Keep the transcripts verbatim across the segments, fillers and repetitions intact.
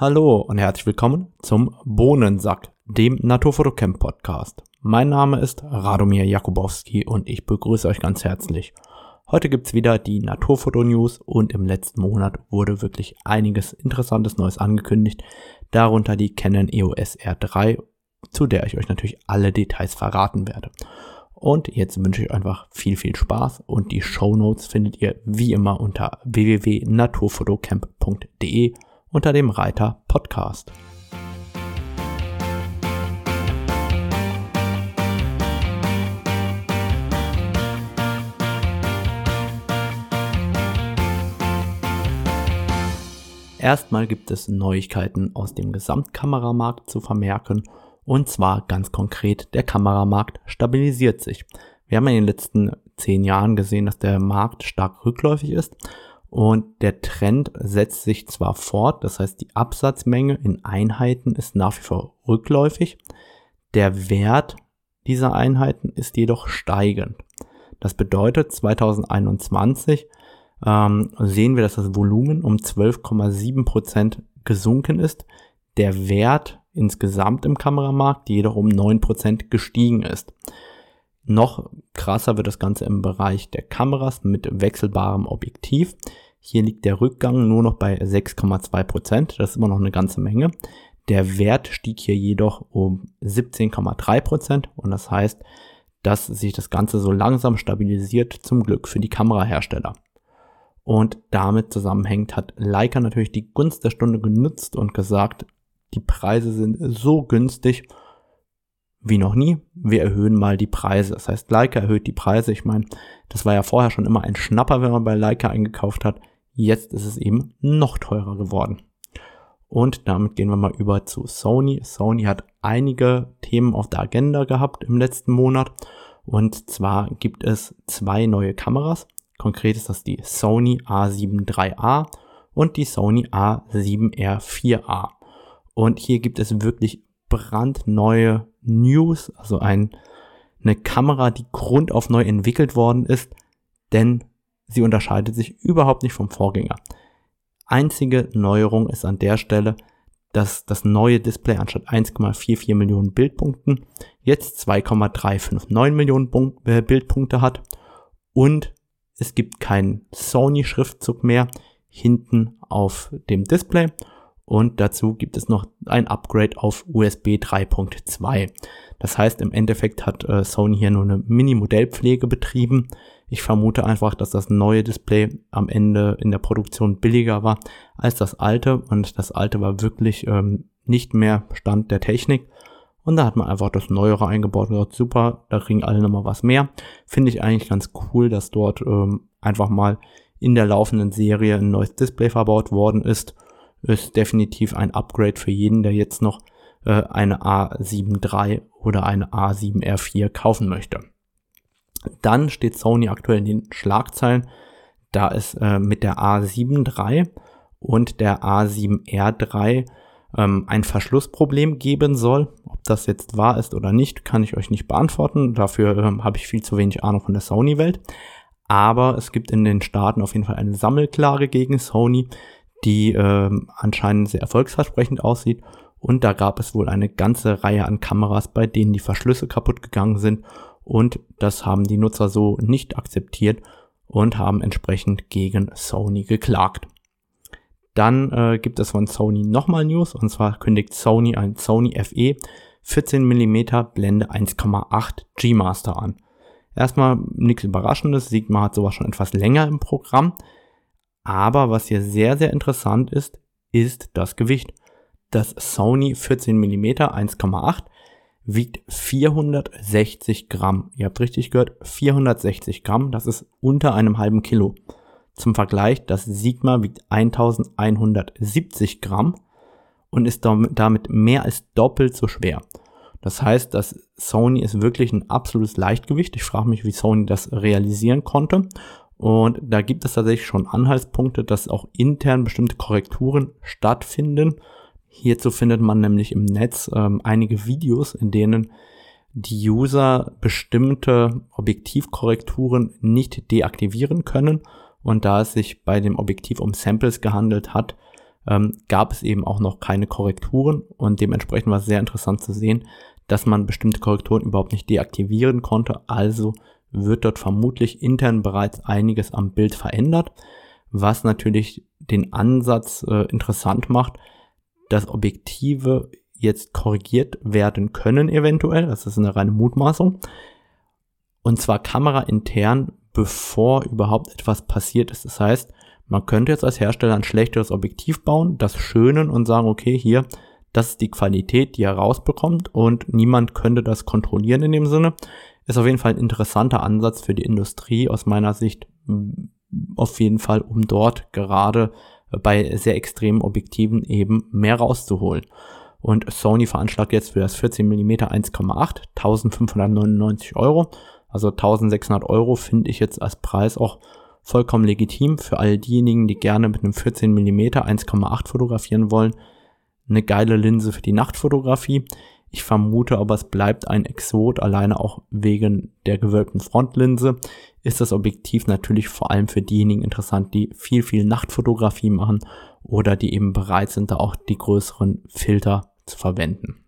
Hallo und herzlich willkommen zum Bohnensack, dem Naturfotocamp Podcast. Mein Name ist Radomir Jakubowski und ich begrüße euch ganz herzlich. Heute gibt's wieder die Naturfoto-News und im letzten Monat wurde wirklich einiges Interessantes Neues angekündigt, darunter die Canon E O S R drei, zu der ich euch natürlich alle Details verraten werde. Und jetzt wünsche ich euch einfach viel, viel Spaß und die Shownotes findet ihr wie immer unter w w w punkt naturfotocamp punkt d e unter dem Reiter Podcast. Erstmal gibt es Neuigkeiten aus dem Gesamtkameramarkt zu vermerken, und zwar ganz konkret, der Kameramarkt stabilisiert sich. Wir haben in den letzten zehn Jahren gesehen, dass der Markt stark rückläufig ist und der Trend setzt sich zwar fort, das heißt die Absatzmenge in Einheiten ist nach wie vor rückläufig, der Wert dieser Einheiten ist jedoch steigend. Das bedeutet, zwanzig einundzwanzig ähm, sehen wir, dass das Volumen um zwölf Komma sieben Prozent gesunken ist, der Wert insgesamt im Kameramarkt jedoch um neun Prozent gestiegen ist. Noch krasser wird das Ganze im Bereich der Kameras mit wechselbarem Objektiv. Hier liegt der Rückgang nur noch bei sechs Komma zwei Prozent, das ist immer noch eine ganze Menge. Der Wert stieg hier jedoch um siebzehn Komma drei Prozent und das heißt, dass sich das Ganze so langsam stabilisiert, zum Glück für die Kamerahersteller. Und damit zusammenhängt hat Leica natürlich die Gunst der Stunde genutzt und gesagt, die Preise sind so günstig wie noch nie, wir erhöhen mal die Preise. Das heißt, Leica erhöht die Preise. Ich meine, das war ja vorher schon immer ein Schnapper, wenn man bei Leica eingekauft hat. Jetzt ist es eben noch teurer geworden. Und damit gehen wir mal über zu Sony. Sony hat einige Themen auf der Agenda gehabt im letzten Monat. Und zwar gibt es zwei neue Kameras. Konkret ist das die Sony A sieben drei A und die Sony A sieben R vier A. Und hier gibt es wirklich brandneue News, also ein, eine Kamera, die grundauf neu entwickelt worden ist, denn sie unterscheidet sich überhaupt nicht vom Vorgänger. Einzige Neuerung ist an der Stelle, dass das neue Display anstatt eins Komma vierundvierzig Millionen Bildpunkten jetzt zwei Komma dreihundertneunundfünfzig Millionen Punkt, äh, Bildpunkte hat und es gibt keinen Sony-Schriftzug mehr hinten auf dem Display. Und dazu gibt es noch ein Upgrade auf U S B drei Punkt zwei. Das heißt, im Endeffekt hat äh, Sony hier nur eine Mini-Modellpflege betrieben. Ich vermute einfach, dass das neue Display am Ende in der Produktion billiger war als das alte. Und das alte war wirklich ähm, nicht mehr Stand der Technik. Und da hat man einfach das Neuere eingebaut und gesagt, super, da kriegen alle nochmal was mehr. Finde ich eigentlich ganz cool, dass dort ähm, einfach mal in der laufenden Serie ein neues Display verbaut worden ist. Ist definitiv ein Upgrade für jeden, der jetzt noch äh, eine A sieben drei oder eine A sieben R vier kaufen möchte. Dann steht Sony aktuell in den Schlagzeilen, da es äh, mit der A sieben drei und der A sieben R drei ähm, ein Verschlussproblem geben soll. Ob das jetzt wahr ist oder nicht, kann ich euch nicht beantworten. Dafür ähm, habe ich viel zu wenig Ahnung von der Sony-Welt. Aber es gibt in den Staaten auf jeden Fall eine Sammelklage gegen Sony, die äh, anscheinend sehr erfolgsversprechend aussieht. Und da gab es wohl eine ganze Reihe an Kameras, bei denen die Verschlüsse kaputt gegangen sind. Und das haben die Nutzer so nicht akzeptiert und haben entsprechend gegen Sony geklagt. Dann äh, gibt es von Sony nochmal News. Und zwar kündigt Sony ein Sony F E vierzehn Millimeter Blende eins Komma acht G-Master an. Erstmal nichts Überraschendes. Sigma hat sowas schon etwas länger im Programm. Aber was hier sehr, sehr interessant ist, ist das Gewicht. Das Sony vierzehn Millimeter eins Komma acht wiegt vierhundertsechzig Gramm. Ihr habt richtig gehört, vierhundertsechzig Gramm, das ist unter einem halben Kilo. Zum Vergleich, das Sigma wiegt eintausendeinhundertsiebzig Gramm und ist damit mehr als doppelt so schwer. Das heißt, das Sony ist wirklich ein absolutes Leichtgewicht. Ich frage mich, wie Sony das realisieren konnte. Und da gibt es tatsächlich schon Anhaltspunkte, dass auch intern bestimmte Korrekturen stattfinden. Hierzu findet man nämlich im Netz ähm, einige Videos, in denen die User bestimmte Objektivkorrekturen nicht deaktivieren können. Und da es sich bei dem Objektiv um Samples gehandelt hat, ähm, gab es eben auch noch keine Korrekturen und dementsprechend war es sehr interessant zu sehen, dass man bestimmte Korrekturen überhaupt nicht deaktivieren konnte. Also wird dort vermutlich intern bereits einiges am Bild verändert, was natürlich den Ansatz äh, interessant macht, dass Objektive jetzt korrigiert werden können eventuell. Das ist eine reine Mutmaßung. Und zwar kameraintern, bevor überhaupt etwas passiert ist. Das heißt, man könnte jetzt als Hersteller ein schlechteres Objektiv bauen, das schönen und sagen, okay, hier, das ist die Qualität, die er rausbekommt und niemand könnte das kontrollieren in dem Sinne. Ist auf jeden Fall ein interessanter Ansatz für die Industrie aus meiner Sicht, auf jeden Fall, um dort gerade bei sehr extremen Objektiven eben mehr rauszuholen. Und Sony veranschlagt jetzt für das vierzehn Millimeter eins Komma acht eintausendfünfhundertneunundneunzig Euro. Also eintausendsechshundert Euro finde ich jetzt als Preis auch vollkommen legitim für all diejenigen, die gerne mit einem vierzehn Millimeter eins Komma acht fotografieren wollen. Eine geile Linse für die Nachtfotografie. Ich vermute aber, es bleibt ein Exot, alleine auch wegen der gewölbten Frontlinse. Ist das Objektiv natürlich vor allem für diejenigen interessant, die viel, viel Nachtfotografie machen oder die eben bereit sind, da auch die größeren Filter zu verwenden.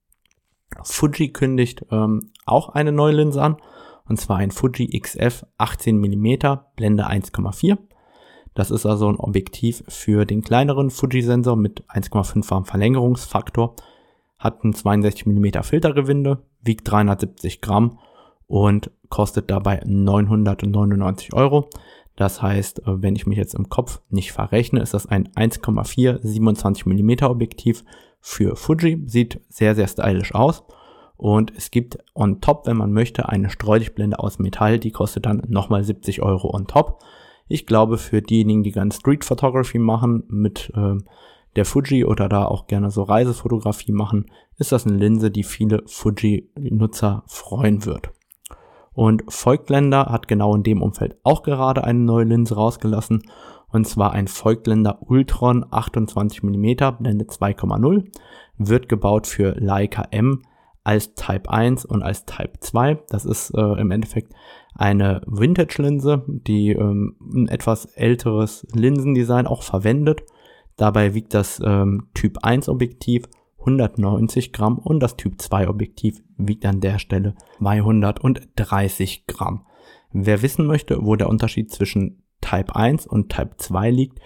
Fuji kündigt ähm, auch eine neue Linse an, und zwar ein Fuji X F achtzehn Millimeter, Blende eins Komma vier. Das ist also ein Objektiv für den kleineren Fuji-Sensor mit eins Komma fünf-fachen Verlängerungsfaktor, hat ein zweiundsechzig Millimeter Filtergewinde, wiegt dreihundertsiebzig Gramm und kostet dabei neunhundertneunundneunzig Euro. Das heißt, wenn ich mich jetzt im Kopf nicht verrechne, ist das ein eins Komma vier siebenundzwanzig Millimeter Objektiv für Fuji. Sieht sehr, sehr stylisch aus. Und es gibt on top, wenn man möchte, eine Streulichtblende aus Metall. Die kostet dann nochmal siebzig Euro on top. Ich glaube, für diejenigen, die gerne Street Photography machen mit äh, der Fuji oder da auch gerne so Reisefotografie machen, ist das eine Linse, die viele Fuji-Nutzer freuen wird. Und Voigtländer hat genau in dem Umfeld auch gerade eine neue Linse rausgelassen, und zwar ein Voigtländer Ultron achtundzwanzig Millimeter, Blende zwei Komma null, wird gebaut für Leica M als Type eins und als Type zwei. Das ist äh, im Endeffekt eine Vintage-Linse, die ähm, ein etwas älteres Linsendesign auch verwendet. Dabei wiegt das ähm, Typ eins Objektiv hundertneunzig Gramm und das Typ zwei Objektiv wiegt an der Stelle zweihundertdreißig Gramm. Wer wissen möchte, wo der Unterschied zwischen Type eins und Type zwei liegt,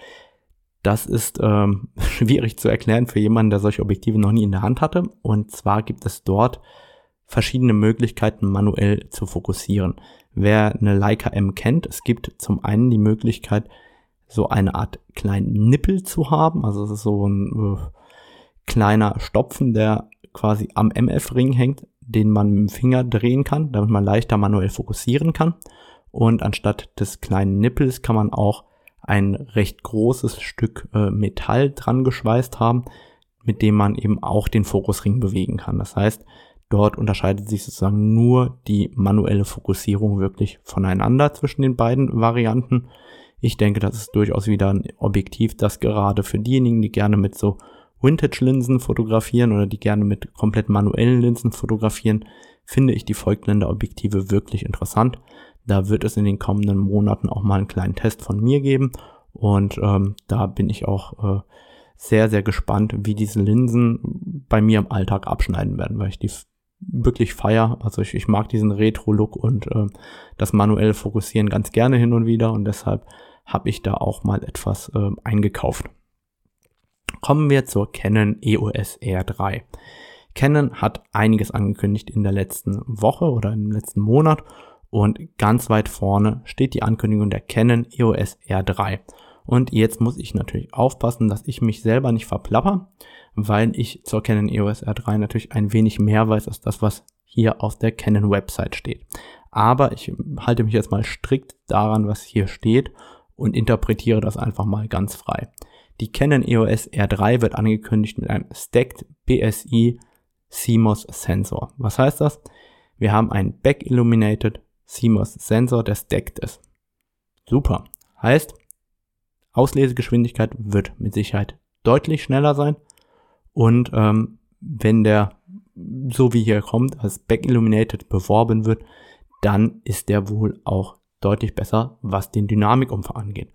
das ist ähm, schwierig zu erklären für jemanden, der solche Objektive noch nie in der Hand hatte. Und zwar gibt es dort verschiedene Möglichkeiten, manuell zu fokussieren. Wer eine Leica M kennt, es gibt zum einen die Möglichkeit, so eine Art kleinen Nippel zu haben. Also es ist so ein äh, kleiner Stopfen, der quasi am M F-Ring hängt, den man mit dem Finger drehen kann, damit man leichter manuell fokussieren kann. Und anstatt des kleinen Nippels kann man auch ein recht großes Stück äh, Metall dran geschweißt haben, mit dem man eben auch den Fokusring bewegen kann. Das heißt, dort unterscheidet sich sozusagen nur die manuelle Fokussierung wirklich voneinander zwischen den beiden Varianten. Ich denke, das ist durchaus wieder ein Objektiv, das gerade für diejenigen, die gerne mit so Vintage-Linsen fotografieren oder die gerne mit komplett manuellen Linsen fotografieren, finde ich die Voigtländer-Objektive wirklich interessant. Da wird es in den kommenden Monaten auch mal einen kleinen Test von mir geben und ähm, da bin ich auch äh, sehr, sehr gespannt, wie diese Linsen bei mir im Alltag abschneiden werden, weil ich die f- wirklich feiere. Also ich, ich mag diesen Retro-Look und äh, das manuelle Fokussieren ganz gerne hin und wieder und deshalb habe ich da auch mal etwas äh, eingekauft. Kommen wir zur Canon E O S R drei. Canon hat einiges angekündigt in der letzten Woche oder im letzten Monat und ganz weit vorne steht die Ankündigung der Canon E O S R drei. Und jetzt muss ich natürlich aufpassen, dass ich mich selber nicht verplapper, weil ich zur Canon E O S R drei natürlich ein wenig mehr weiß als das, was hier auf der Canon Website steht. Aber ich halte mich jetzt mal strikt daran, was hier steht und interpretiere das einfach mal ganz frei. Die Canon E O S R drei wird angekündigt mit einem Stacked B S I C M O S Sensor. Was heißt das? Wir haben einen Back Illuminated C M O S Sensor, der stacked ist. Super. Heißt, Auslesegeschwindigkeit wird mit Sicherheit deutlich schneller sein und ähm, wenn der, so wie hier kommt, als Back Illuminated beworben wird, dann ist der wohl auch deutlich besser, was den Dynamikumfang angeht.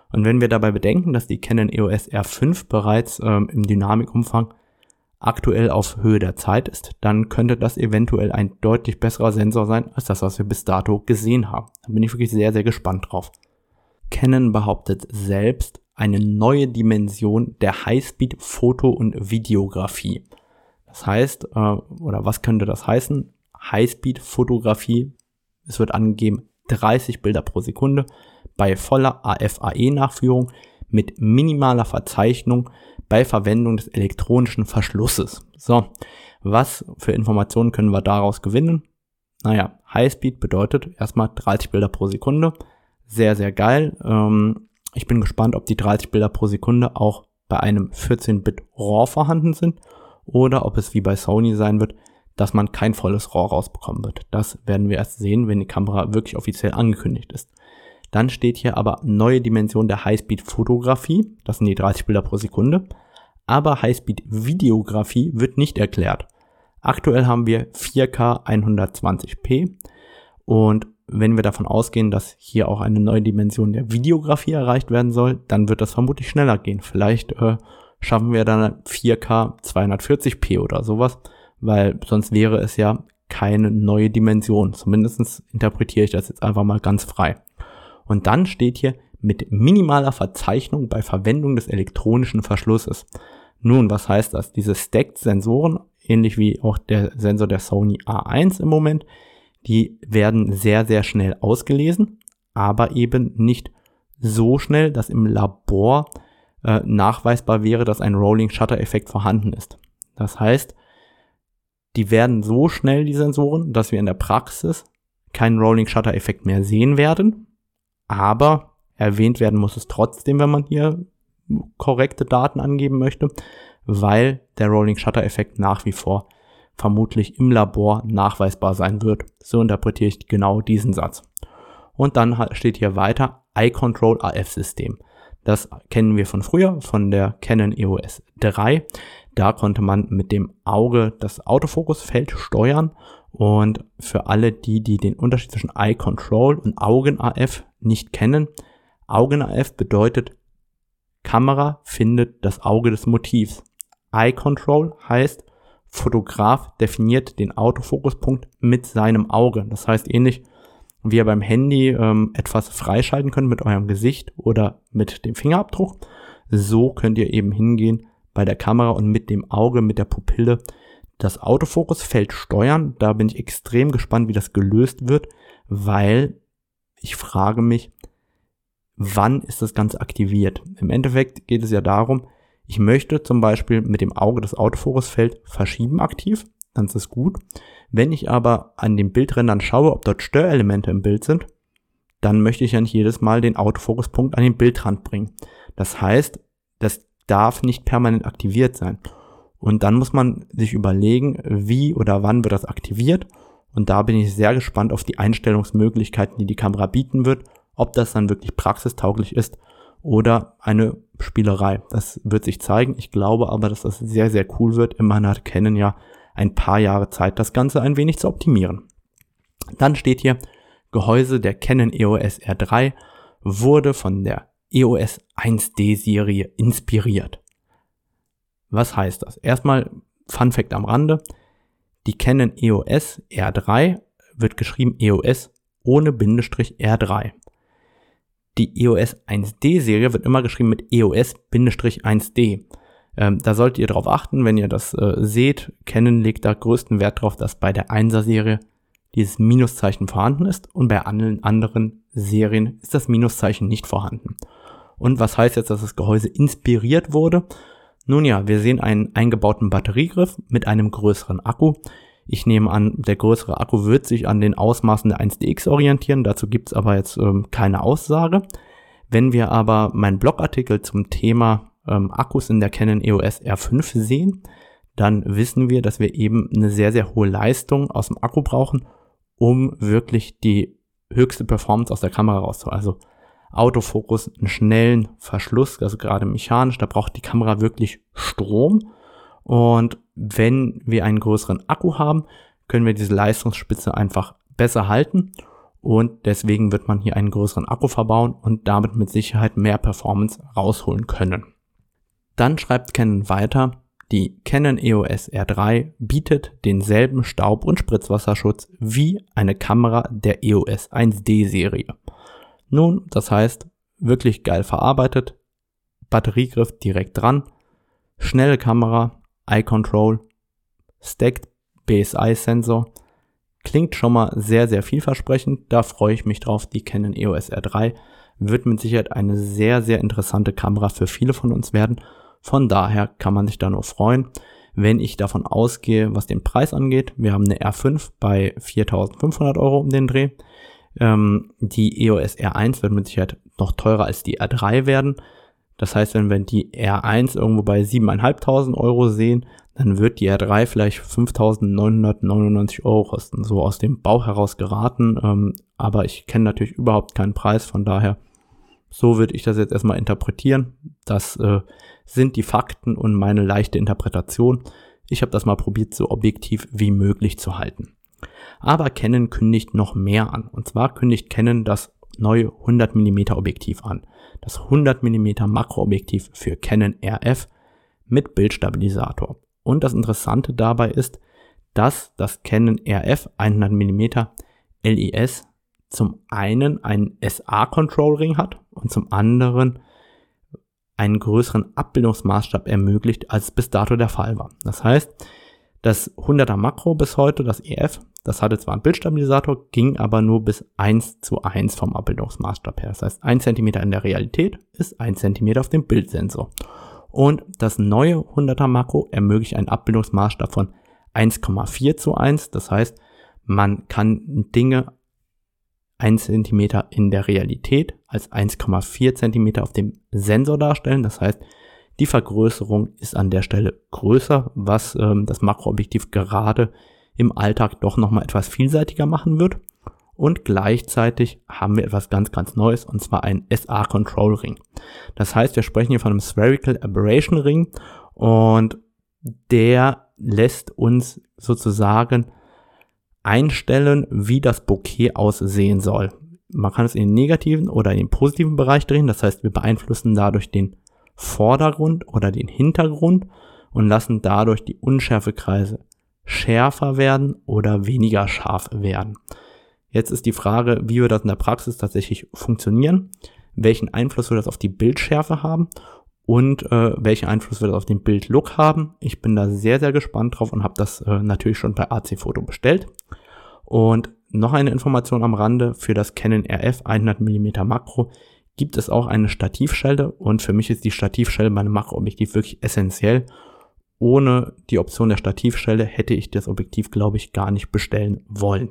Und wenn wir dabei bedenken, dass die Canon E O S R fünf bereits ähm, im Dynamikumfang aktuell auf Höhe der Zeit ist, dann könnte das eventuell ein deutlich besserer Sensor sein, als das, was wir bis dato gesehen haben. Da bin ich wirklich sehr, sehr gespannt drauf. Canon behauptet selbst eine neue Dimension der Highspeed-Foto- und Videografie. Das heißt, äh, oder was könnte das heißen? Highspeed-Fotografie, es wird angegeben dreißig Bilder pro Sekunde bei voller A F A E-Nachführung mit minimaler Verzeichnung bei Verwendung des elektronischen Verschlusses. So, was für Informationen können wir daraus gewinnen? Naja, Highspeed bedeutet erstmal dreißig Bilder pro Sekunde. Sehr, sehr geil. Ähm, ich bin gespannt, ob die dreißig Bilder pro Sekunde auch bei einem vierzehn Bit RAW vorhanden sind oder ob es wie bei Sony sein wird, dass man kein volles RAW rausbekommen wird. Das werden wir erst sehen, wenn die Kamera wirklich offiziell angekündigt ist. Dann steht hier aber neue Dimension der Highspeed-Fotografie. Das sind die dreißig Bilder pro Sekunde. Aber Highspeed-Videografie wird nicht erklärt. Aktuell haben wir vier K hundertzwanzig p. Und wenn wir davon ausgehen, dass hier auch eine neue Dimension der Videografie erreicht werden soll, dann wird das vermutlich schneller gehen. Vielleicht äh, schaffen wir dann vier K zweihundertvierzig p oder sowas, weil sonst wäre es ja keine neue Dimension. Zumindest interpretiere ich das jetzt einfach mal ganz frei. Und dann steht hier mit minimaler Verzeichnung bei Verwendung des elektronischen Verschlusses. Nun, was heißt das? Diese Stacked-Sensoren, ähnlich wie auch der Sensor der Sony A eins im Moment, die werden sehr, sehr schnell ausgelesen, aber eben nicht so schnell, dass im Labor äh, nachweisbar wäre, dass ein Rolling-Shutter-Effekt vorhanden ist. Das heißt, die werden so schnell, die Sensoren, dass wir in der Praxis keinen Rolling-Shutter-Effekt mehr sehen werden. Aber erwähnt werden muss es trotzdem, wenn man hier korrekte Daten angeben möchte, weil der Rolling-Shutter-Effekt nach wie vor vermutlich im Labor nachweisbar sein wird. So interpretiere ich genau diesen Satz. Und dann steht hier weiter Eye Control A F-System. Das kennen wir von früher, von der Canon E O S drei. Da konnte man mit dem Auge das Autofokusfeld steuern. Und für alle die, die den Unterschied zwischen Eye Control und Augen-A F nicht kennen, Augen-A F bedeutet, Kamera findet das Auge des Motivs. Eye Control heißt, Fotograf definiert den Autofokuspunkt mit seinem Auge. Das heißt ähnlich wie ihr beim Handy ähm, etwas freischalten könnt mit eurem Gesicht oder mit dem Fingerabdruck. So könnt ihr eben hingehen bei der Kamera und mit dem Auge, mit der Pupille das Autofokusfeld steuern. Da bin ich extrem gespannt, wie das gelöst wird, weil ich frage mich, wann ist das Ganze aktiviert? Im Endeffekt geht es ja darum, ich möchte zum Beispiel mit dem Auge das Autofokusfeld verschieben aktiv, dann ist es gut. Wenn ich aber an den Bildrändern schaue, ob dort Störelemente im Bild sind, dann möchte ich ja nicht jedes Mal den Autofokuspunkt an den Bildrand bringen. Das heißt, das darf nicht permanent aktiviert sein. Und dann muss man sich überlegen, wie oder wann wird das aktiviert. Und da bin ich sehr gespannt auf die Einstellungsmöglichkeiten, die die Kamera bieten wird, ob das dann wirklich praxistauglich ist oder eine Spielerei. Das wird sich zeigen. Ich glaube aber, dass das sehr, sehr cool wird. Immerhin hat Canon ja ein paar Jahre Zeit, das Ganze ein wenig zu optimieren. Dann steht hier, Gehäuse der Canon E O S R drei wurde von der E O S eins D Serie inspiriert. Was heißt das? Erstmal Fun Fact am Rande. Die Canon E O S R drei wird geschrieben E O S ohne Bindestrich R drei. Die E O S eins D Serie wird immer geschrieben mit E O S eins D. Ähm, da solltet ihr darauf achten, wenn ihr das äh, seht. Canon legt da größten Wert darauf, dass bei der einser Serie dieses Minuszeichen vorhanden ist und bei allen anderen Serien ist das Minuszeichen nicht vorhanden. Und was heißt jetzt, dass das Gehäuse inspiriert wurde? Nun ja, wir sehen einen eingebauten Batteriegriff mit einem größeren Akku. Ich nehme an, der größere Akku wird sich an den Ausmaßen der eins D X orientieren. Dazu gibt es aber jetzt ähm, keine Aussage. Wenn wir aber meinen Blogartikel zum Thema ähm, Akkus in der Canon E O S R fünf sehen, dann wissen wir, dass wir eben eine sehr, sehr hohe Leistung aus dem Akku brauchen, um wirklich die höchste Performance aus der Kamera rauszuholen. Also Autofokus, einen schnellen Verschluss, also gerade mechanisch, da braucht die Kamera wirklich Strom. Und wenn wir einen größeren Akku haben, können wir diese Leistungsspitze einfach besser halten. und deswegen wird man hier einen größeren Akku verbauen und damit mit Sicherheit mehr Performance rausholen können. Dann schreibt Canon weiter, die Canon E O S R drei bietet denselben Staub- und Spritzwasserschutz wie eine Kamera der E O S eins D Serie. Nun, das heißt, wirklich geil verarbeitet, Batteriegriff direkt dran, schnelle Kamera, Eye Control, Stacked B S I-Sensor, klingt schon mal sehr, sehr vielversprechend, da freue ich mich drauf. Die Canon E O S R drei wird mit Sicherheit eine sehr, sehr interessante Kamera für viele von uns werden. Von daher kann man sich da nur freuen, wenn ich davon ausgehe, was den Preis angeht. Wir haben eine R fünf bei viertausendfünfhundert Euro um den Dreh. Ähm, die E O S R eins wird mit Sicherheit noch teurer als die R drei werden. Das heißt, wenn wir die R eins irgendwo bei siebentausendfünfhundert Euro sehen, dann wird die R drei vielleicht fünftausendneunhundertneunundneunzig Euro kosten. So aus dem Bauch heraus geraten. Ähm, aber ich kenne natürlich überhaupt keinen Preis, von daher, so würde ich das jetzt erstmal interpretieren. Das äh, sind die Fakten und meine leichte Interpretation. Ich habe das mal probiert, so objektiv wie möglich zu halten. Aber Canon kündigt noch mehr an. Und zwar kündigt Canon das neue hundert Millimeter Objektiv an. Das hundert Millimeter Makroobjektiv für Canon R F mit Bildstabilisator. Und das Interessante dabei ist, dass das Canon R F hundert Millimeter L I S zum einen einen S A-Control-Ring hat und zum anderen einen größeren Abbildungsmaßstab ermöglicht, als bis dato der Fall war. Das heißt, das hunderter Makro bis heute, das E F, das hatte zwar einen Bildstabilisator, ging aber nur bis eins zu eins vom Abbildungsmaßstab her. Das heißt, ein Zentimeter in der Realität ist ein Zentimeter auf dem Bildsensor. Und das neue hunderter Makro ermöglicht einen Abbildungsmaßstab von eins Komma vier zu eins. Das heißt, man kann Dinge ein Zentimeter in der Realität als eins Komma vier Zentimeter auf dem Sensor darstellen. Das heißt, die Vergrößerung ist an der Stelle größer, was ähm, das Makroobjektiv gerade im Alltag doch nochmal etwas vielseitiger machen wird. Und gleichzeitig haben wir etwas ganz, ganz Neues, und zwar einen S A-Control-Ring. Das heißt, wir sprechen hier von einem Spherical Aberration Ring und der lässt uns sozusagen einstellen, wie das Bokeh aussehen soll. Man kann es in den negativen oder in den positiven Bereich drehen. Das heißt, wir beeinflussen dadurch den Vordergrund oder den Hintergrund und lassen dadurch die Unschärfekreise schärfer werden oder weniger scharf werden. Jetzt ist die Frage, wie wird das in der Praxis tatsächlich funktionieren, welchen Einfluss wird das auf die Bildschärfe haben und äh, welchen Einfluss wird das auf den Bildlook haben. Ich bin da sehr, sehr gespannt drauf und habe das äh, natürlich schon bei A C Photo bestellt. Und noch eine Information am Rande: Für das Canon R F hundert Millimeter Makro gibt es auch eine Stativschelde, und für mich ist die Stativschelde bei einem Makroobjektiv wirklich essentiell. Ohne die Option der Stativschelde hätte ich das Objektiv, glaube ich, gar nicht bestellen wollen.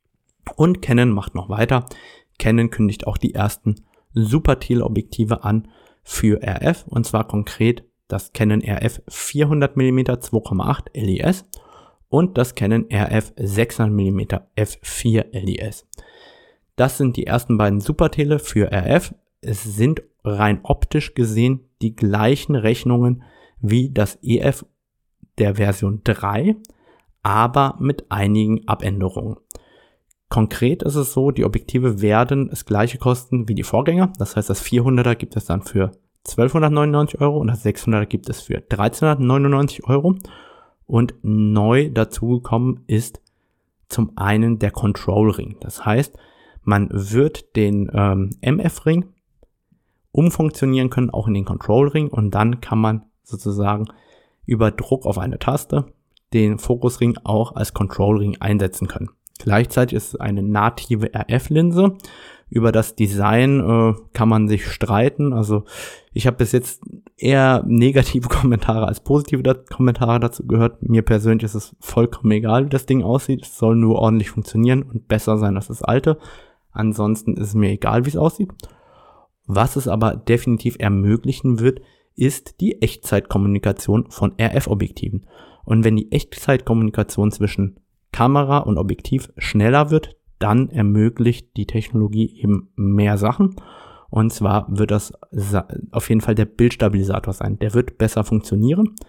Und Canon macht noch weiter. Canon kündigt auch die ersten Super-Teleobjektive an für R F, und zwar konkret das Canon R F vierhundert Millimeter zwei Komma acht L I S und das Canon R F sechshundert Millimeter F vier L I S. Das sind die ersten beiden Super-Tele für R F. Es sind rein optisch gesehen die gleichen Rechnungen wie das E F der Version drei, aber mit einigen Abänderungen. Konkret ist es so, die Objektive werden das gleiche kosten wie die Vorgänger. Das heißt, das vierhunderter gibt es dann für zwölfhundertneunundneunzig Euro und das sechshunderter gibt es für dreizehnhundertneunundneunzig Euro. Und neu dazugekommen ist zum einen der Control Ring. Das heißt, man wird den ähm, M F-Ring umfunktionieren können, auch in den Control Ring, und dann kann man sozusagen über Druck auf eine Taste den Fokusring auch als Control Ring einsetzen können. Gleichzeitig ist es eine native R F-Linse. Über das Design äh, kann man sich streiten. Also ich habe bis jetzt eher negative Kommentare als positive da- Kommentare dazu gehört. Mir persönlich ist es vollkommen egal, wie das Ding aussieht. Es soll nur ordentlich funktionieren und besser sein als das alte. Ansonsten ist es mir egal, wie es aussieht. Was es aber definitiv ermöglichen wird, ist die Echtzeitkommunikation von R F-Objektiven. Und wenn die Echtzeitkommunikation zwischen Kamera und Objektiv schneller wird, dann ermöglicht die Technologie eben mehr Sachen. Und zwar wird das auf jeden Fall der Bildstabilisator sein. Der wird besser funktionieren.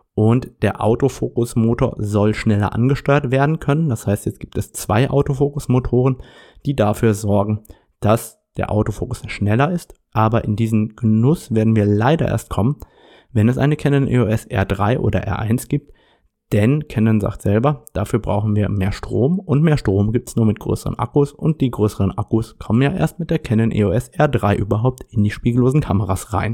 Und der Autofokusmotor soll schneller angesteuert werden können. Das heißt, jetzt gibt es zwei Autofokusmotoren, die dafür sorgen, dass der Autofokus schneller ist. Aber in diesen Genuss werden wir leider erst kommen, wenn es eine Canon E O S R drei oder R eins gibt. Denn Canon sagt selber, dafür brauchen wir mehr Strom. Und mehr Strom gibt es nur mit größeren Akkus. Und die größeren Akkus kommen ja erst mit der Canon E O S R drei überhaupt in die spiegellosen Kameras rein.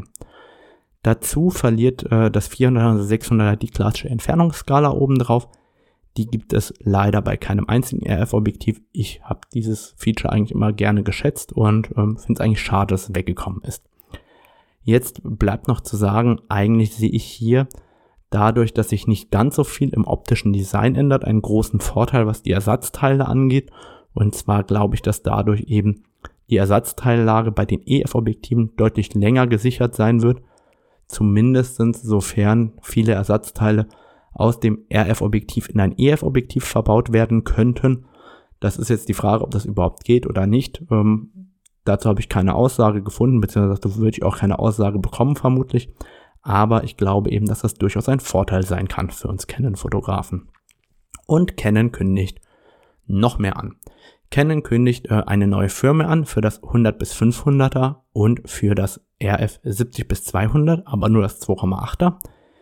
Dazu verliert äh, das vierhunderter und sechshunderter die klassische Entfernungsskala oben drauf. Die gibt es leider bei keinem einzigen R F-Objektiv. Ich habe dieses Feature eigentlich immer gerne geschätzt und ähm, finde es eigentlich schade, dass es weggekommen ist. Jetzt bleibt noch zu sagen, eigentlich sehe ich hier dadurch, dass sich nicht ganz so viel im optischen Design ändert, einen großen Vorteil, was die Ersatzteile angeht. Und zwar glaube ich, dass dadurch eben die Ersatzteillage bei den E F-Objektiven deutlich länger gesichert sein wird. Zumindest sofern viele Ersatzteile aus dem R F-Objektiv in ein E F-Objektiv verbaut werden könnten. Das ist jetzt die Frage, ob das überhaupt geht oder nicht. Ähm, dazu habe ich keine Aussage gefunden, beziehungsweise dazu würde ich auch keine Aussage bekommen vermutlich. Aber ich glaube eben, dass das durchaus ein Vorteil sein kann für uns Canon-Fotografen. Und Canon kündigt noch mehr an. Canon kündigt äh, eine neue Firmware an für das hundert bis fünfhunderter und für das R F siebzig bis zweihundert, aber nur das zwei Komma achter.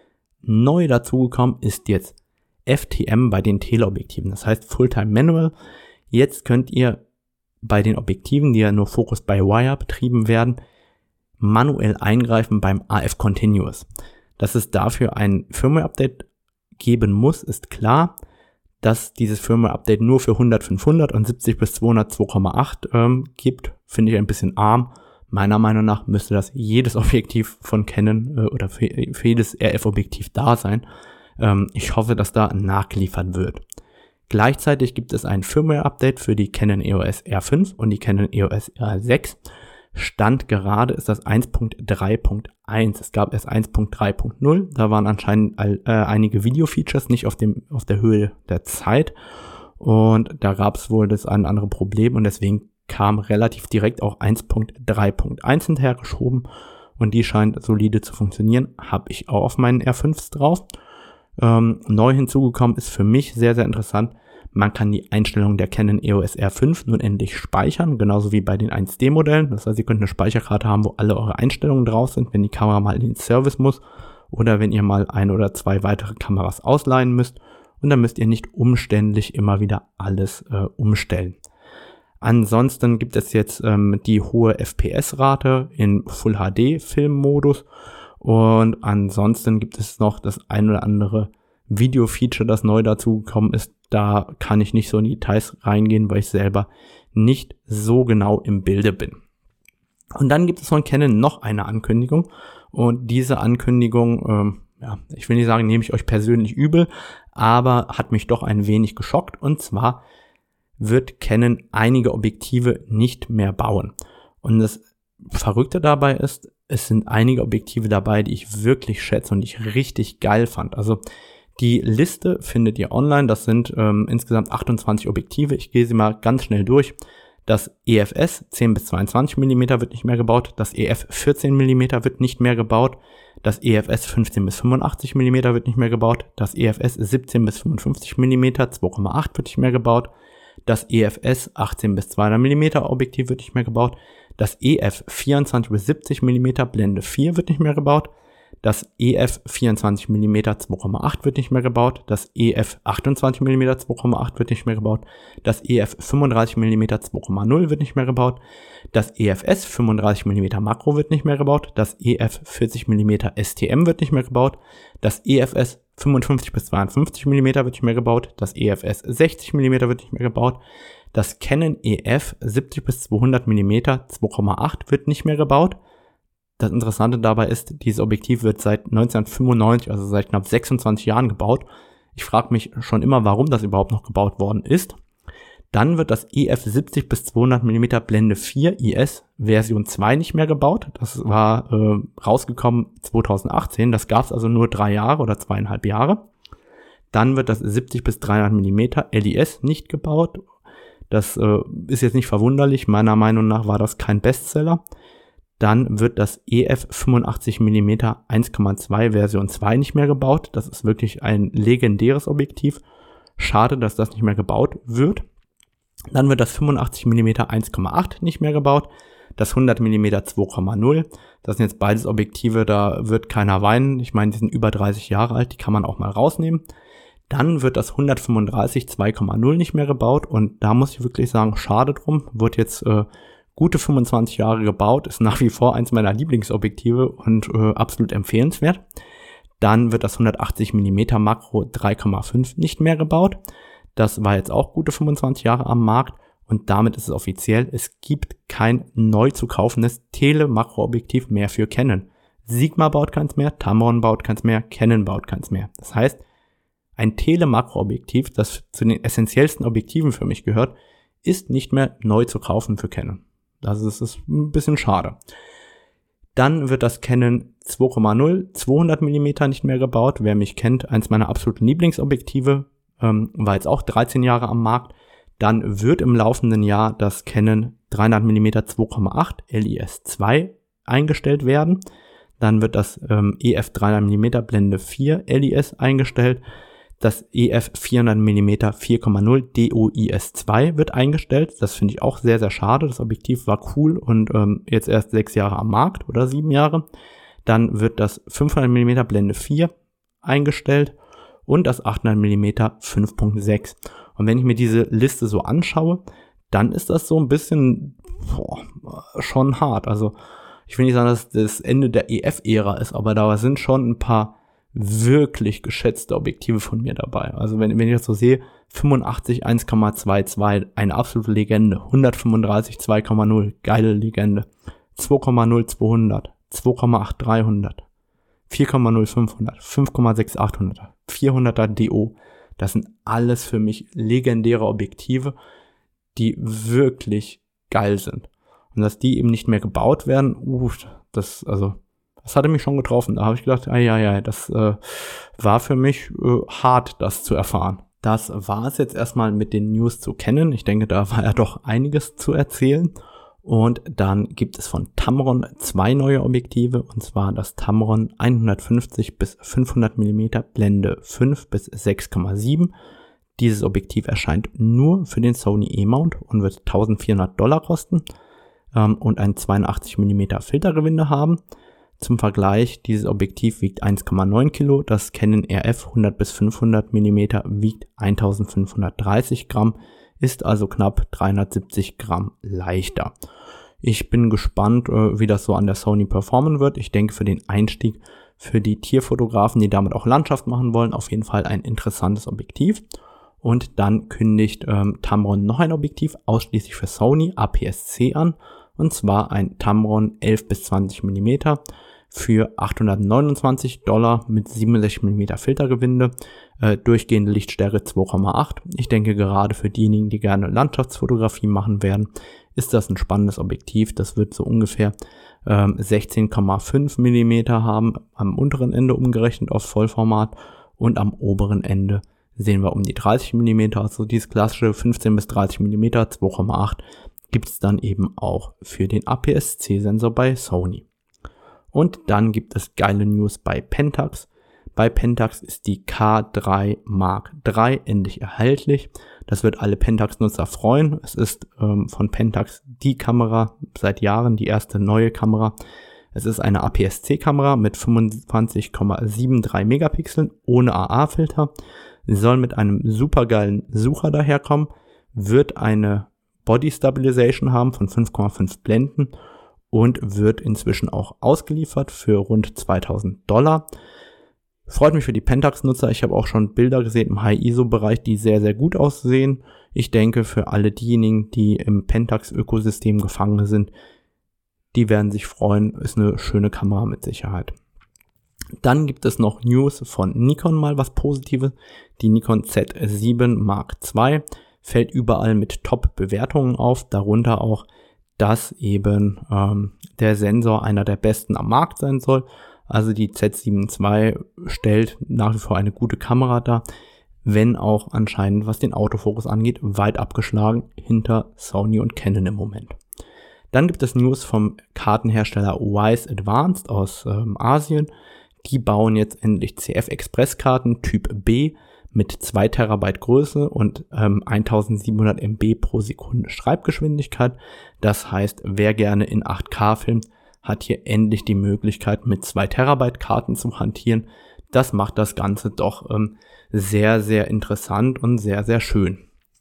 Neu dazugekommen ist jetzt F T M bei den Teleobjektiven, das heißt Fulltime Manual. Jetzt könnt ihr bei den Objektiven, die ja nur Focus by Wire betrieben werden, manuell eingreifen beim A F Continuous. Dass es dafür ein Firmware-Update geben muss, ist klar. Dass dieses Firmware-Update nur für hundert, fünfhundert und siebzig bis zweihundert zwei Komma acht ähm, gibt, finde ich ein bisschen arm. Meiner Meinung nach müsste das jedes Objektiv von Canon äh, oder für, für jedes R F-Objektiv da sein. Ähm, ich hoffe, dass da nachgeliefert wird. Gleichzeitig gibt es ein Firmware-Update für die Canon E O S R fünf und die Canon E O S R sechs. Stand gerade ist das eins Punkt drei Punkt eins. Es gab erst eins Punkt drei Punkt null. Da waren anscheinend all, äh, einige Video-Features nicht auf dem auf der Höhe der Zeit. Und da gab es wohl das ein andere Problem und deswegen kam relativ direkt auch eins Punkt drei Punkt eins hinterhergeschoben. Und die scheint solide zu funktionieren. Habe ich auch auf meinen R fünfs drauf. Ähm, neu hinzugekommen ist für mich sehr, sehr interessant. Man kann die Einstellungen der Canon E O S R fünf nun endlich speichern, genauso wie bei den eins D Modellen. Das heißt, ihr könnt eine Speicherkarte haben, wo alle eure Einstellungen drauf sind, wenn die Kamera mal in den Service muss oder wenn ihr mal ein oder zwei weitere Kameras ausleihen müsst. Und dann müsst ihr nicht umständlich immer wieder alles äh, umstellen. Ansonsten gibt es jetzt ähm, die hohe F P S-Rate in Full H D-Filmmodus. Und ansonsten gibt es noch das ein oder andere Video-Feature, das neu dazugekommen ist. Da kann ich nicht so in die Details reingehen, weil ich selber nicht so genau im Bilde bin. Und dann gibt es von Canon noch eine Ankündigung. Und diese Ankündigung, ähm, ja, ich will nicht sagen, nehme ich euch persönlich übel, aber hat mich doch ein wenig geschockt. Und zwar wird Canon einige Objektive nicht mehr bauen. Und das Verrückte dabei ist, es sind einige Objektive dabei, die ich wirklich schätze und die ich richtig geil fand. Also die Liste findet ihr online. Das sind ähm, insgesamt achtundzwanzig Objektive. Ich gehe sie mal ganz schnell durch. Das E F S zehn bis zweiundzwanzig Millimeter wird nicht mehr gebaut. Das E F vierzehn Millimeter wird nicht mehr gebaut. Das E F S fünfzehn bis fünfundachtzig Millimeter wird nicht mehr gebaut. Das E F S siebzehn bis fünfundfünfzig Millimeter zwei Komma acht wird nicht mehr gebaut. Das E F S achtzehn bis zweihundert Millimeter Objektiv wird nicht mehr gebaut. Das E F vierundzwanzig bis siebzig Millimeter Blende vier wird nicht mehr gebaut. Das E F vierundzwanzig Millimeter zwei Komma acht wird nicht mehr gebaut. Das E F achtundzwanzig Millimeter zwei Komma acht wird nicht mehr gebaut. Das E F fünfunddreißig Millimeter zwei Komma null wird nicht mehr gebaut. Das E F S fünfunddreißig Millimeter Makro wird nicht mehr gebaut. Das E F vierzig Millimeter S T M wird nicht mehr gebaut. Das E F S fünfundfünfzig bis zweiundfünfzig Millimeter wird nicht mehr gebaut. Das E F S sechzig Millimeter wird nicht mehr gebaut. Das Canon E F siebzig bis zweihundert Millimeter zwei Komma acht wird nicht mehr gebaut. Das Interessante dabei ist, dieses Objektiv wird seit neunzehnhundertfünfundneunzig, also seit knapp sechsundzwanzig Jahren gebaut. Ich frage mich schon immer, warum das überhaupt noch gebaut worden ist. Dann wird das E F siebzig bis zweihundert Millimeter Blende vier I S Version zwei nicht mehr gebaut. Das war äh, rausgekommen zweitausendachtzehn. Das gab es also nur drei Jahre oder zweieinhalb Jahre. Dann wird das siebzig bis dreihundert Millimeter L I S nicht gebaut. Das äh, ist jetzt nicht verwunderlich. Meiner Meinung nach war das kein Bestseller. Dann wird das E F fünfundachtzig Millimeter eins Komma zwei Version zwei nicht mehr gebaut. Das ist wirklich ein legendäres Objektiv. Schade, dass das nicht mehr gebaut wird. Dann wird das fünfundachtzig Millimeter eins Komma acht nicht mehr gebaut. Das hundert Millimeter zwei Komma null. Das sind jetzt beides Objektive, da wird keiner weinen. Ich meine, die sind über dreißig Jahre alt, die kann man auch mal rausnehmen. Dann wird das hundertfünfunddreißig zwei Komma null nicht mehr gebaut und da muss ich wirklich sagen, schade drum. Wird jetzt äh, gute fünfundzwanzig Jahre gebaut, ist nach wie vor eins meiner Lieblingsobjektive und äh, absolut empfehlenswert. Dann wird das hundertachtzig Millimeter Makro drei Komma fünf nicht mehr gebaut. Das war jetzt auch gute fünfundzwanzig Jahre am Markt und damit ist es offiziell, es gibt kein neu zu kaufendes Tele-Makroobjektiv mehr für Canon. Sigma baut keins mehr, Tamron baut keins mehr, Canon baut keins mehr. Das heißt, ein Tele-Makroobjektiv, das zu den essentiellsten Objektiven für mich gehört, ist nicht mehr neu zu kaufen für Canon. Das ist, ist ein bisschen schade. Dann wird das Canon zwei Komma null zweihundert Millimeter nicht mehr gebaut. Wer mich kennt, eins meiner absoluten Lieblingsobjektive, ähm, war jetzt auch dreizehn Jahre am Markt. Dann wird im laufenden Jahr das Canon dreihundert Millimeter zwei Komma acht L I S zwei eingestellt werden. Dann wird das ähm, E F dreihundert Millimeter Blende vier L I S eingestellt. Das E F vierhundert Millimeter vier Komma null D O I S zwei wird eingestellt. Das finde ich auch sehr, sehr schade. Das Objektiv war cool und ähm, jetzt erst sechs Jahre am Markt oder sieben Jahre. Dann wird das fünfhundert Millimeter Blende vier eingestellt und das achthundert Millimeter fünf Komma sechs. Und wenn ich mir diese Liste so anschaue, dann ist das so ein bisschen boah, schon hart. Also ich will nicht sagen, dass das Ende der E F-Ära ist, aber da sind schon ein paar wirklich geschätzte Objektive von mir dabei. Also wenn, wenn ich das so sehe, fünfundachtzig eins Komma zweiundzwanzig, eine absolute Legende. hundertfünfunddreißig zwei Komma null, geile Legende. zwei Komma null zweihundert, zwei Komma acht dreihundert, vier Komma null fünfhundert, fünf Komma sechs achthundert, vierhunderter D O. Das sind alles für mich legendäre Objektive, die wirklich geil sind. Und dass die eben nicht mehr gebaut werden, uh, das, also, das hatte mich schon getroffen. Da habe ich gedacht, ja, ja, ja, das äh, war für mich äh, hart, das zu erfahren. Das war es jetzt erstmal mit den News zu Canon. Ich denke, da war ja doch einiges zu erzählen. Und dann gibt es von Tamron zwei neue Objektive, und zwar das Tamron hundertfünfzig bis fünfhundert Millimeter Blende fünf bis sechs Komma sieben. Dieses Objektiv erscheint nur für den Sony E-Mount und wird eintausendvierhundert Dollar kosten ähm, und ein zweiundachtzig Millimeter Filtergewinde haben. Zum Vergleich, dieses Objektiv wiegt eins Komma neun Kilo, das Canon R F hundert bis fünfhundert Millimeter wiegt eintausendfünfhundertdreißig Gramm, ist also knapp dreihundertsiebzig Gramm leichter. Ich bin gespannt, wie das so an der Sony performen wird. Ich denke, für den Einstieg für die Tierfotografen, die damit auch Landschaft machen wollen, auf jeden Fall ein interessantes Objektiv. Und dann kündigt ähm, Tamron noch ein Objektiv ausschließlich für Sony A P S C an, und zwar ein Tamron elf bis zwanzig Millimeter für achthundertneunundzwanzig Dollar mit siebenundsechzig Millimeter Filtergewinde, äh, durchgehende Lichtstärke zwei Komma acht. Ich denke, gerade für diejenigen, die gerne Landschaftsfotografie machen werden, ist das ein spannendes Objektiv. Das wird so ungefähr ähm, sechzehn Komma fünf Millimeter haben, am unteren Ende umgerechnet auf Vollformat, und am oberen Ende sehen wir um die dreißig Millimeter. Also dieses klassische fünfzehn bis dreißig Millimeter zwei Komma acht gibt es dann eben auch für den A P S C-Sensor bei Sony. Und dann gibt es geile News bei Pentax. Bei Pentax ist die K drei Mark drei endlich erhältlich. Das wird alle Pentax-Nutzer freuen. Es ist ähm, von Pentax die Kamera seit Jahren, die erste neue Kamera. Es ist eine A P S C-Kamera mit fünfundzwanzig Komma dreiundsiebzig Megapixeln ohne A A-Filter. Sie soll mit einem supergeilen Sucher daherkommen, wird eine Body Stabilization haben von fünf Komma fünf Blenden und wird inzwischen auch ausgeliefert für rund zweitausend Dollar. Freut mich für die Pentax-Nutzer. Ich habe auch schon Bilder gesehen im High-I S O-Bereich, die sehr, sehr gut aussehen. Ich denke, für alle diejenigen, die im Pentax-Ökosystem gefangen sind, die werden sich freuen. Ist eine schöne Kamera mit Sicherheit. Dann gibt es noch News von Nikon, mal was Positives. Die Nikon Z sieben Mark zwei fällt überall mit Top-Bewertungen auf, darunter auch, dass eben ähm, der Sensor einer der besten am Markt sein soll. Also die Z sieben zwei stellt nach wie vor eine gute Kamera dar, wenn auch anscheinend, was den Autofokus angeht, weit abgeschlagen hinter Sony und Canon im Moment. Dann gibt es News vom Kartenhersteller Wise Advanced aus ähm, Asien. Die bauen jetzt endlich C F Express Karten Typ B mit zwei Terabyte Größe und ähm, eintausendsiebenhundert Megabyte pro Sekunde Schreibgeschwindigkeit. Das heißt, wer gerne in acht K filmt, hat hier endlich die Möglichkeit, mit zwei Terabyte Karten zu hantieren. Das macht das Ganze doch ähm, sehr, sehr interessant und sehr, sehr schön.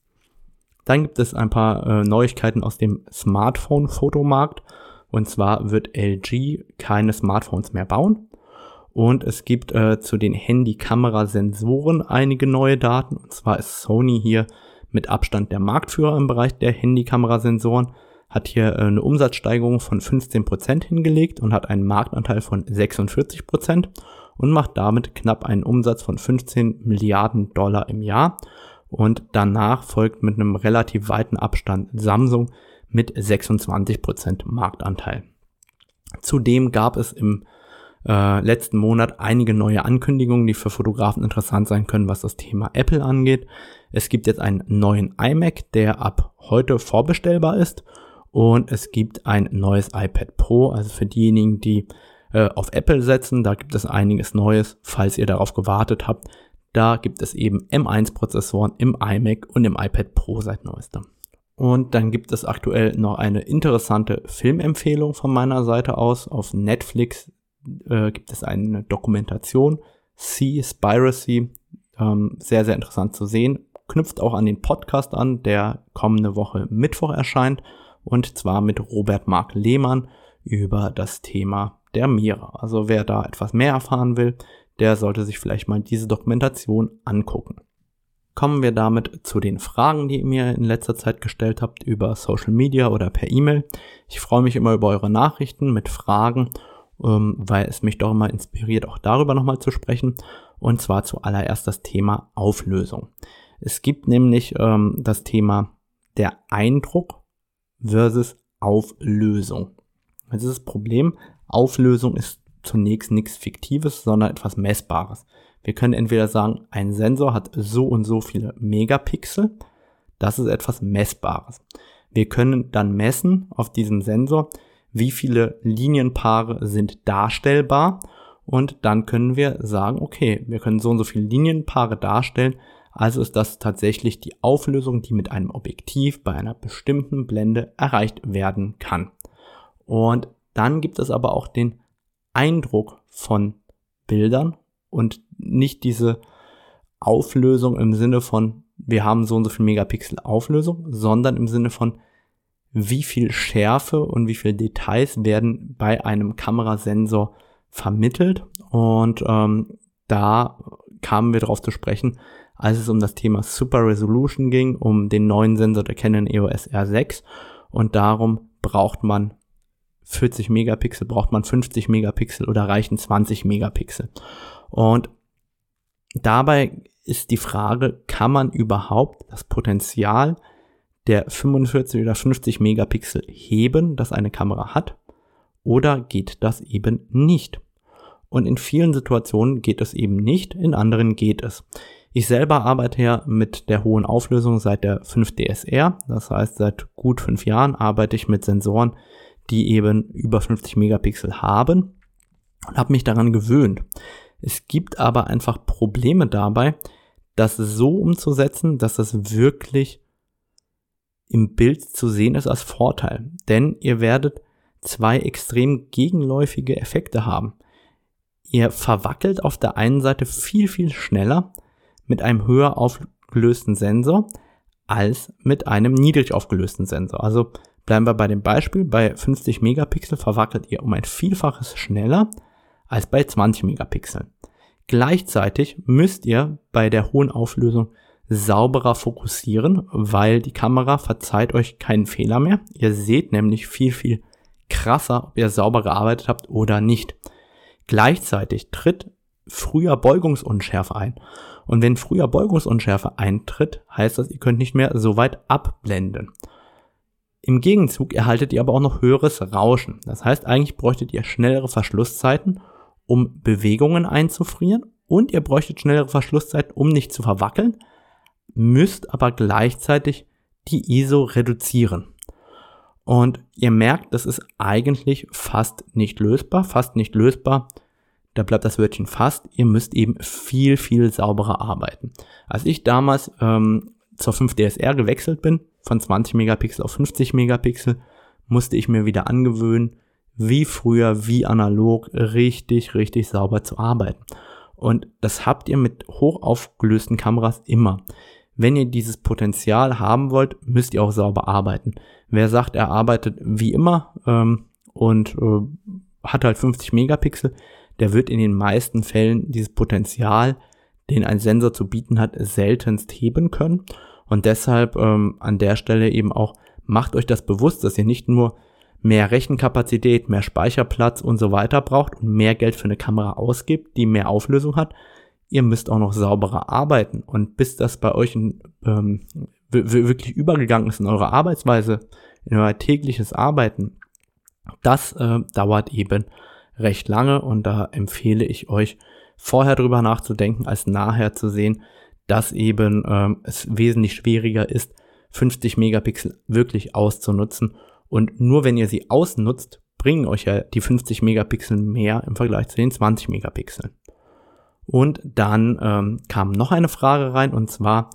Dann gibt es ein paar äh, Neuigkeiten aus dem Smartphone-Fotomarkt. Und zwar wird L G keine Smartphones mehr bauen. Und es gibt äh, zu den Handy-Kamera-Sensoren einige neue Daten. Und zwar ist Sony hier mit Abstand der Marktführer im Bereich der Handy-Kamera-Sensoren, hat hier äh, eine Umsatzsteigerung von fünfzehn Prozent hingelegt und hat einen Marktanteil von sechsundvierzig Prozent und macht damit knapp einen Umsatz von fünfzehn Milliarden Dollar im Jahr. Und danach folgt mit einem relativ weiten Abstand Samsung mit sechsundzwanzig Prozent Marktanteil. Zudem gab es im äh, letzten Monat einige neue Ankündigungen, die für Fotografen interessant sein können, was das Thema Apple angeht. Es gibt jetzt einen neuen iMac, der ab heute vorbestellbar ist. Und es gibt ein neues iPad Pro, also für diejenigen, die äh, auf Apple setzen, da gibt es einiges Neues, falls ihr darauf gewartet habt. Da gibt es eben M eins Prozessoren im iMac und im iPad Pro seit neuestem. Und dann gibt es aktuell noch eine interessante Filmempfehlung von meiner Seite aus. Auf Netflix äh, gibt es eine Dokumentation, Seaspiracy, ähm, sehr, sehr interessant zu sehen. Knüpft auch an den Podcast an, der kommende Woche Mittwoch erscheint. Und zwar mit Robert Mark Lehmann über das Thema der Meere. Also wer da etwas mehr erfahren will, der sollte sich vielleicht mal diese Dokumentation angucken. Kommen wir damit zu den Fragen, die ihr mir in letzter Zeit gestellt habt über Social Media oder per E-Mail. Ich freue mich immer über eure Nachrichten mit Fragen, ähm, weil es mich doch immer inspiriert, auch darüber nochmal zu sprechen. Und zwar zuallererst das Thema Auflösung. Es gibt nämlich ähm, das Thema der Eindruck versus Auflösung. Das ist das Problem. Auflösung ist zunächst nichts Fiktives, sondern etwas Messbares. Wir können entweder sagen, ein Sensor hat so und so viele Megapixel. Das ist etwas Messbares. Wir können dann messen auf diesem Sensor, wie viele Linienpaare sind darstellbar. Und dann können wir sagen, okay, wir können so und so viele Linienpaare darstellen. Also ist das tatsächlich die Auflösung, die mit einem Objektiv bei einer bestimmten Blende erreicht werden kann. Und dann gibt es aber auch den Eindruck von Bildern und nicht diese Auflösung im Sinne von, wir haben so und so viel Megapixel Auflösung, sondern im Sinne von, wie viel Schärfe und wie viele Details werden bei einem Kamerasensor vermittelt. Und ähm, da kamen wir darauf zu sprechen, als es um das Thema Super Resolution ging, um den neuen Sensor der Canon E O S R sechs. Und darum braucht man vierzig Megapixel, braucht man fünfzig Megapixel oder reichen zwanzig Megapixel. Und dabei ist die Frage, kann man überhaupt das Potenzial der fünfundvierzig oder fünfzig Megapixel heben, das eine Kamera hat, oder geht das eben nicht? Und in vielen Situationen geht es eben nicht, in anderen geht es. Ich selber arbeite ja mit der hohen Auflösung seit der fünf D S R, das heißt seit gut fünf Jahren arbeite ich mit Sensoren, die eben über fünfzig Megapixel haben und habe mich daran gewöhnt. Es gibt aber einfach Probleme dabei, das so umzusetzen, dass das wirklich im Bild zu sehen ist als Vorteil. Denn ihr werdet zwei extrem gegenläufige Effekte haben. Ihr verwackelt auf der einen Seite viel, viel schneller mit einem höher aufgelösten Sensor als mit einem niedrig aufgelösten Sensor. Also bleiben wir bei dem Beispiel, bei fünfzig Megapixel verwackelt ihr um ein Vielfaches schneller als bei zwanzig Megapixel. Gleichzeitig müsst ihr bei der hohen Auflösung sauberer fokussieren, weil die Kamera verzeiht euch keinen Fehler mehr. Ihr seht nämlich viel, viel krasser, ob ihr sauber gearbeitet habt oder nicht. Gleichzeitig tritt früher Beugungsunschärfe ein. Und wenn früher Beugungsunschärfe eintritt, heißt das, ihr könnt nicht mehr so weit abblenden. Im Gegenzug erhaltet ihr aber auch noch höheres Rauschen. Das heißt, eigentlich bräuchtet ihr schnellere Verschlusszeiten, um Bewegungen einzufrieren, und ihr bräuchtet schnellere Verschlusszeiten, um nicht zu verwackeln, müsst aber gleichzeitig die I S O reduzieren. Und ihr merkt, das ist eigentlich fast nicht lösbar, fast nicht lösbar. Da bleibt das Wörtchen fast. Ihr müsst eben viel, viel sauberer arbeiten. Als ich damals ähm, zur fünf D S R gewechselt bin, von zwanzig Megapixel auf fünfzig Megapixel, musste ich mir wieder angewöhnen, wie früher, wie analog, richtig, richtig sauber zu arbeiten. Und das habt ihr mit hochaufgelösten Kameras immer. Wenn ihr dieses Potenzial haben wollt, müsst ihr auch sauber arbeiten. Wer sagt, er arbeitet wie immer ähm, und äh, hat halt fünfzig Megapixel, der wird in den meisten Fällen dieses Potenzial, den ein Sensor zu bieten hat, seltenst heben können. Und deshalb ähm, an der Stelle eben auch, macht euch das bewusst, dass ihr nicht nur mehr Rechenkapazität, mehr Speicherplatz und so weiter braucht und mehr Geld für eine Kamera ausgibt, die mehr Auflösung hat. Ihr müsst auch noch sauberer arbeiten. Und bis das bei euch ähm, w- wirklich übergegangen ist in eure Arbeitsweise, in euer tägliches Arbeiten, das äh, dauert eben recht lange. Und da empfehle ich euch, vorher drüber nachzudenken, als nachher zu sehen, dass eben ähm, es wesentlich schwieriger ist, fünfzig Megapixel wirklich auszunutzen. Und nur wenn ihr sie ausnutzt, bringen euch ja die fünfzig Megapixel mehr im Vergleich zu den zwanzig Megapixeln. Und dann ähm, kam noch eine Frage rein, und zwar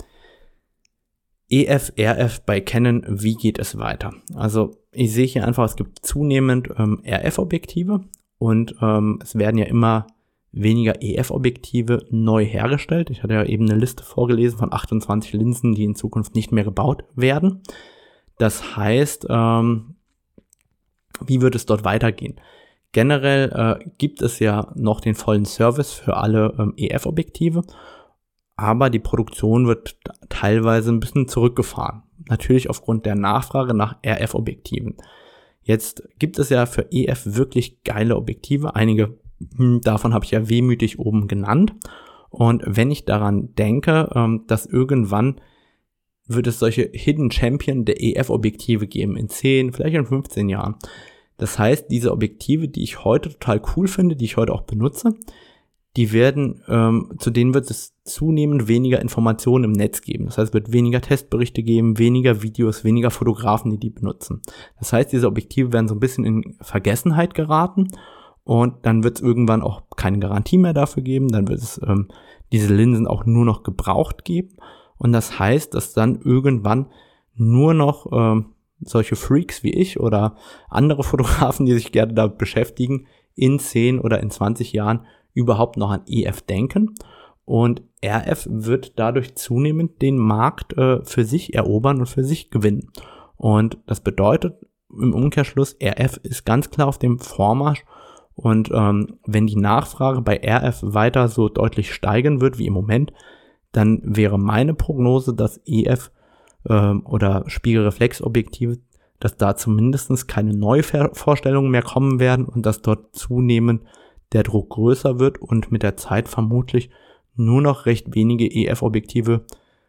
E F, R F bei Canon, wie geht es weiter? Also ich sehe hier einfach, es gibt zunehmend ähm, R F-Objektive und ähm, es werden ja immer weniger E F-Objektive neu hergestellt. Ich hatte ja eben eine Liste vorgelesen von achtundzwanzig Linsen, die in Zukunft nicht mehr gebaut werden. Das heißt, ähm, wie wird es dort weitergehen? Generell äh, gibt es ja noch den vollen Service für alle ähm, E F-Objektive, aber die Produktion wird teilweise ein bisschen zurückgefahren. Natürlich aufgrund der Nachfrage nach R F-Objektiven. Jetzt gibt es ja für E F wirklich geile Objektive. Einige hm, davon habe ich ja wehmütig oben genannt. Und wenn ich daran denke, ähm, dass irgendwann wird es solche Hidden Champion der E F-Objektive geben in zehn, vielleicht in fünfzehn Jahren. Das heißt, diese Objektive, die ich heute total cool finde, die ich heute auch benutze, die werden, ähm, zu denen wird es zunehmend weniger Informationen im Netz geben. Das heißt, es wird weniger Testberichte geben, weniger Videos, weniger Fotografen, die die benutzen. Das heißt, diese Objektive werden so ein bisschen in Vergessenheit geraten und dann wird es irgendwann auch keine Garantie mehr dafür geben. Dann wird es ähm, diese Linsen auch nur noch gebraucht geben. Und das heißt, dass dann irgendwann nur noch ähm, solche Freaks wie ich oder andere Fotografen, die sich gerne damit beschäftigen, in zehn oder in zwanzig Jahren überhaupt noch an E F denken. Und R F wird dadurch zunehmend den Markt äh, für sich erobern und für sich gewinnen. Und das bedeutet im Umkehrschluss, R F ist ganz klar auf dem Vormarsch. Und ähm, wenn die Nachfrage bei R F weiter so deutlich steigen wird wie im Moment, dann wäre meine Prognose, dass E F ähm, oder Spiegelreflexobjektive, dass da zumindest keine Neuvorstellungen mehr kommen werden und dass dort zunehmend der Druck größer wird und mit der Zeit vermutlich nur noch recht wenige E F-Objektive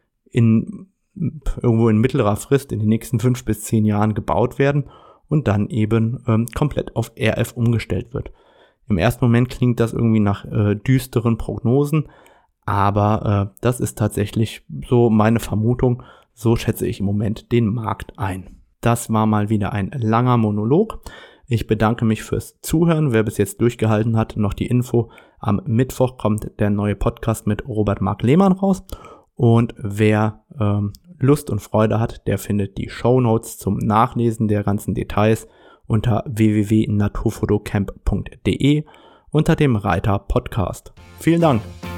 in irgendwo in mittlerer Frist in den nächsten fünf bis zehn Jahren gebaut werden und dann eben ähm, komplett auf R F umgestellt wird. Im ersten Moment klingt das irgendwie nach äh, düsteren Prognosen, aber äh, das ist tatsächlich so meine Vermutung. So schätze ich im Moment den Markt ein. Das war mal wieder ein langer Monolog. Ich bedanke mich fürs Zuhören. Wer bis jetzt durchgehalten hat, noch die Info. Am Mittwoch kommt der neue Podcast mit Robert Mark Lehmann raus. Und wer ähm, Lust und Freude hat, der findet die Shownotes zum Nachlesen der ganzen Details unter w w w punkt naturfotocamp punkt d e unter dem Reiter Podcast. Vielen Dank.